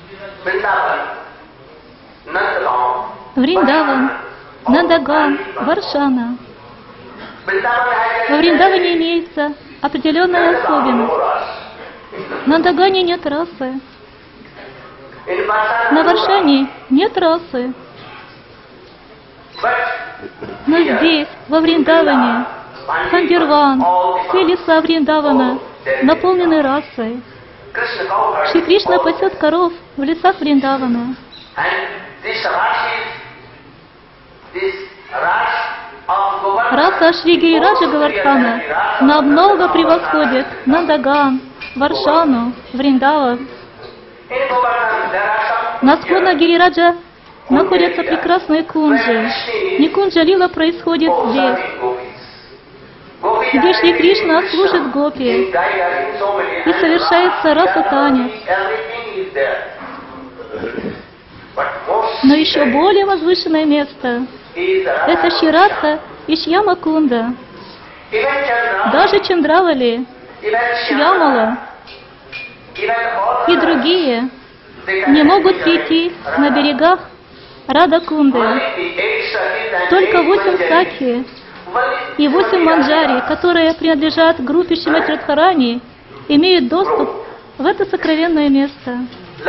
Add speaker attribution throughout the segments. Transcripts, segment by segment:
Speaker 1: Вриндаван, Нандаган, Варшана. Во Вриндаване имеется определенная особенность. В Нандагане нет расы. На Варшане нет расы. Но здесь, во Вриндаване, Хандирван, все леса Вриндавана наполнены расой. Шри Кришна пасет коров в лесах Вриндавана. Раса Шри Гирираджа Говардхана намного превосходит Нандаган, Варшану, Вриндаван. На склонах Гирираджа находятся прекрасные кунджи. Не кунджа лила происходит здесь, где Шри Кришна служит гопи и совершается раса танец. Но еще более возвышенное место — это Ширадха и Шьямакунда. Даже Чандравали, Шьямала и другие не могут прийти на берегах Радакунды. Только 8 сакхи и 8 манджари, которые принадлежат группе Шримати Радхарани, имеют доступ в это сокровенное место.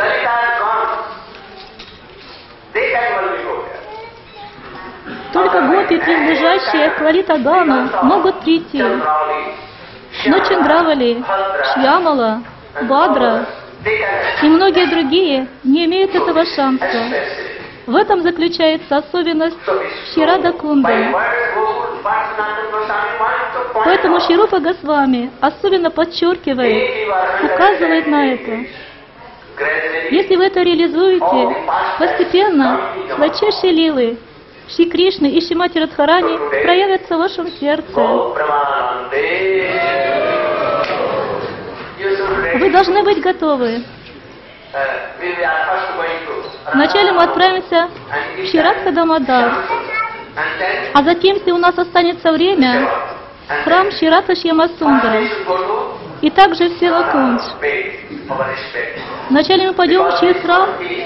Speaker 1: Только гопи, принадлежащие к Лалита-гану, могут прийти. Но Чандравали, Шьямала, Бадра и многие другие не имеют этого шанса. В этом заключается особенность Шри-Рада-кунды. Поэтому Шри Рупа Госвами особенно подчеркивает, указывает на это. Если вы это реализуете, постепенно сладчайшие лилы Шри Кришны и Шримати Радхарани проявятся в вашем сердце. Вы должны быть готовы. Вначале мы отправимся в Ширадха Дамодар, а затем, если у нас останется время, в храм Ширадха Шьямасундара и также в Севакундж. Вначале мы пойдем в чьи-храм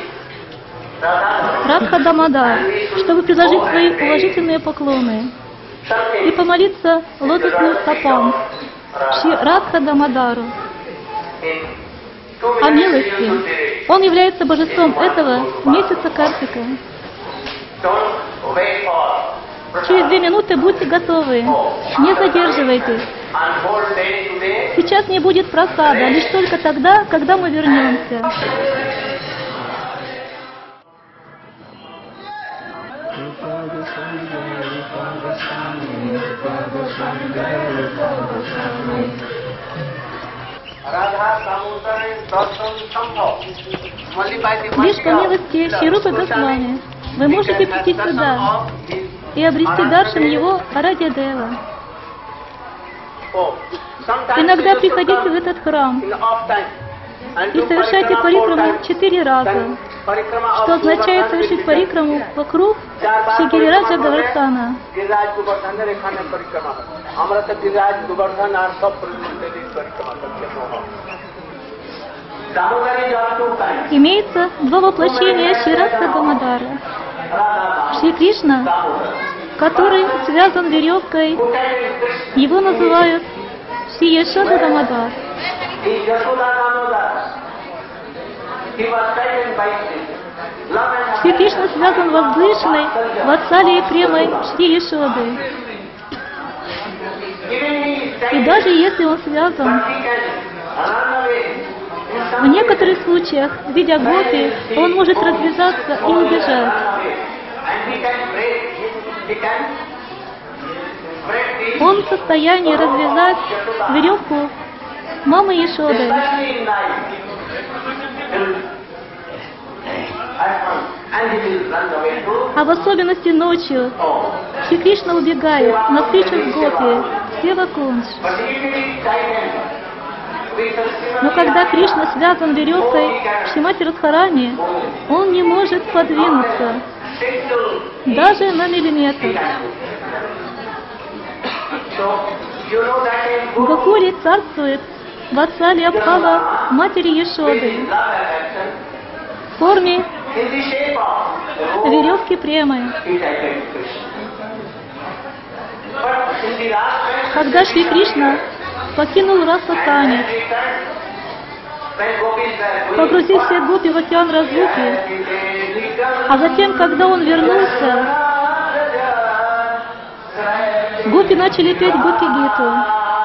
Speaker 1: Радха Дамодар, чтобы предложить свои уважительные поклоны и помолиться лотосным стопам Шри Радха Дамодару о милости. Он является божеством этого месяца Картика. Через 2 минуты будьте готовы. Не задерживайтесь. Сейчас не будет просада, лишь только тогда, когда мы вернемся. Лишь по милости Шри Рупы Госвами вы можете прийти сюда и обрести даршан его Арадья Дева. Иногда приходите в этот храм и совершайте парикраму 4 раза, что означает совершить парикраму вокруг Шри Гирираджа Говардхана. Имеется 2 воплощения Шри Радха Дамодара. Шри Кришна, который связан веревкой, его называют Шри Яшода Дамодар. Шри Кришна связан возвышенной ватсалией премой Шри Яшоды. И даже если он связан, в некоторых случаях, видя гопи, он может развязаться и убежать. Он в состоянии развязать веревку мамы Яшоды. А в особенности ночью Шри Кришна убегает навстречу с гопи в Севакундж. Но когда Кришна связан веревкой Шримати Радхарани, он не может подвинуться даже на миллиметр. В Гокуле царствует Ватсали Абхава матери Яшоды. в форме веревки премы. Когда Шри Кришна покинул раса танец, погрузив все гопи в океан разлуки, а затем, когда он вернулся, гопи начали петь гопи-гиту.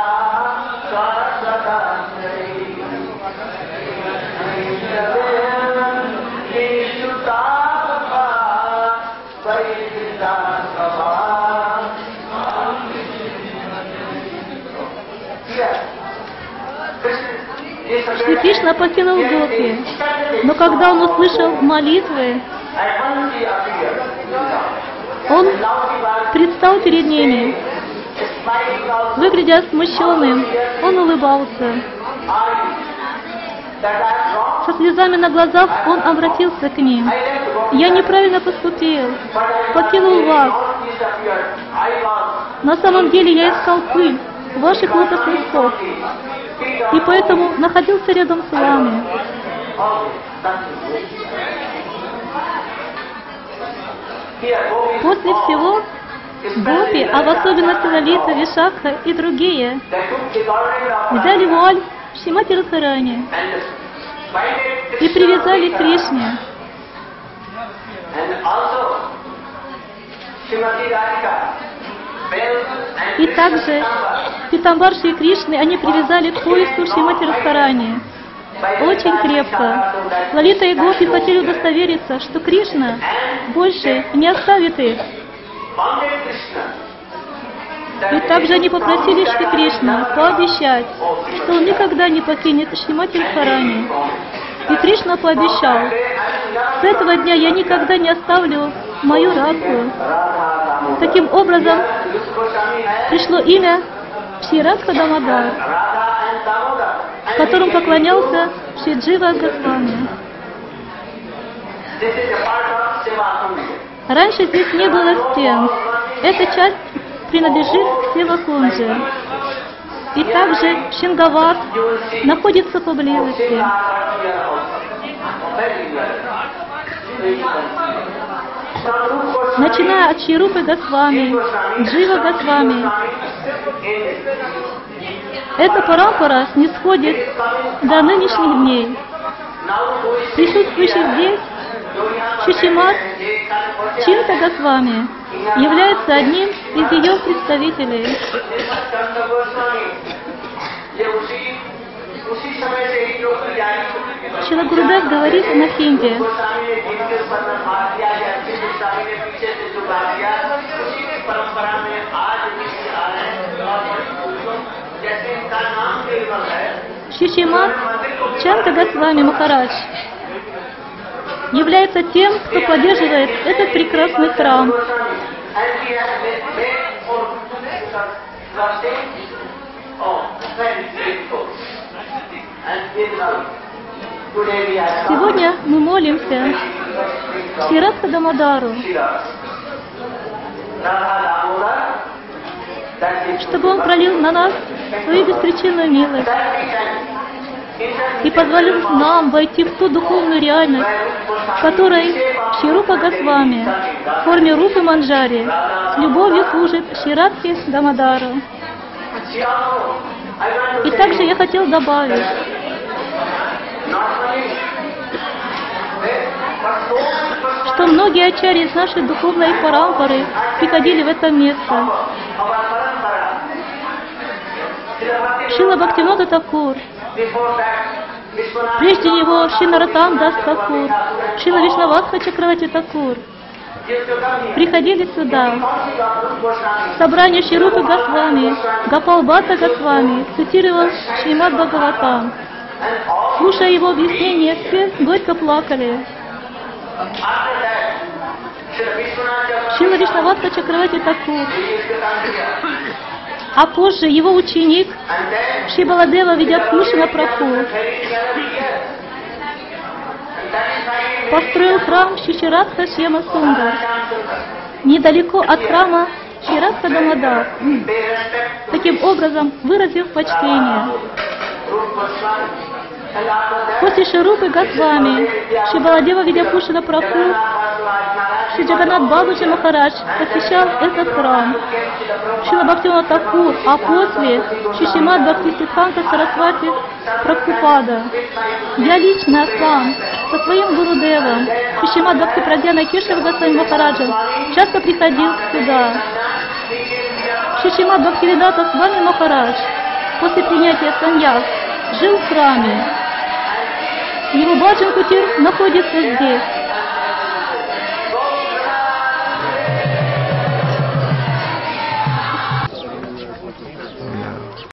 Speaker 1: Шри Кришна покинул гопи, но когда он услышал молитвы, он предстал перед ними. Выглядя смущенным, он улыбался. Со слезами на глазах он обратился к ним. «Я неправильно поступил, покинул вас. На самом деле я искал пыль ваших лотосных стоп, и поэтому находился рядом с вами». После всего гопи, а в особенности Лалита, Вишакха и другие, взяли вуаль Шримати Радхарани и привязали к Кришне. И также питамбар Шри Кришны они привязали к поясу Шримати Радхарани очень крепко. Лалита и гопи хотели удостовериться, что Кришна больше не оставит их. И также они попросили Шри Кришну пообещать, что он никогда не покинет Шримати Радхарани. И Кришна пообещал: «С этого дня я никогда не оставлю мою Радху». Таким образом, пришло имя Шри Радха Дамодар, которому поклонялся Шри Джива Госвами. Раньше здесь не было стен. Эта часть принадлежит к Севакунже. И также Шингават находится поблизости. Начиная от Шри Рупы Госвами, Джива Госвами, эта парампара снисходит до нынешних дней. Присутствующий здесь Шишимат Чинта Госвами является одним из ее представителей. Шрила Гурудев говорит на хинди: Шишимат Чанта Госвами Махарадж является тем, кто поддерживает этот прекрасный храм. Сегодня мы молимся Шри Радха Дамодару, чтобы он пролил на нас свою беспричинную милость и позволил нам войти в ту духовную реальность, в которой Шри Рупа Госвами в форме Рупы Манджари с любовью служит Шри Радхе Дамодару. И также я хотел добавить, что многие ачарьи из нашей духовной парампары приходили в это место. Шрила Бхактивинода Такур, прежде него Шри Нароттам Дас Такур, Шрила Вишнавадха Чакраварти Такур приходили сюда. Собрание Шри Рупы Госвами, Гопал Бхатта Госвами цитировал Шримад Бхагаватам. Слушая его объяснения, все горько плакали. Шрила Вишнавадха Чакраварти Такур, а позже его ученик Шри Баладева Видьябхушана Прабху построил храм Шри Радха Шьяма Сундар недалеко от храма Шри Радха Дамодар, таким образом выразив почтение. После Ширупы Госвами, Шри Баладева Видяпушина Прабху, Шри Джаганнат Бабаджи Махарадж посещал этот храм, Шрила Бхактивинода Такур, а после Шри Шримад Бхактисиддханта Сарасвати Прабхупада. Я лично сам со своим Гурудевом, Шри Шримад Бхактипрадьяна Кешава Госвами Махараджем, часто приходил сюда. Шри Шримад Бхактивиданта Свами Махарадж после принятия саньяс жил в храме. Его баджан-кутир находится здесь.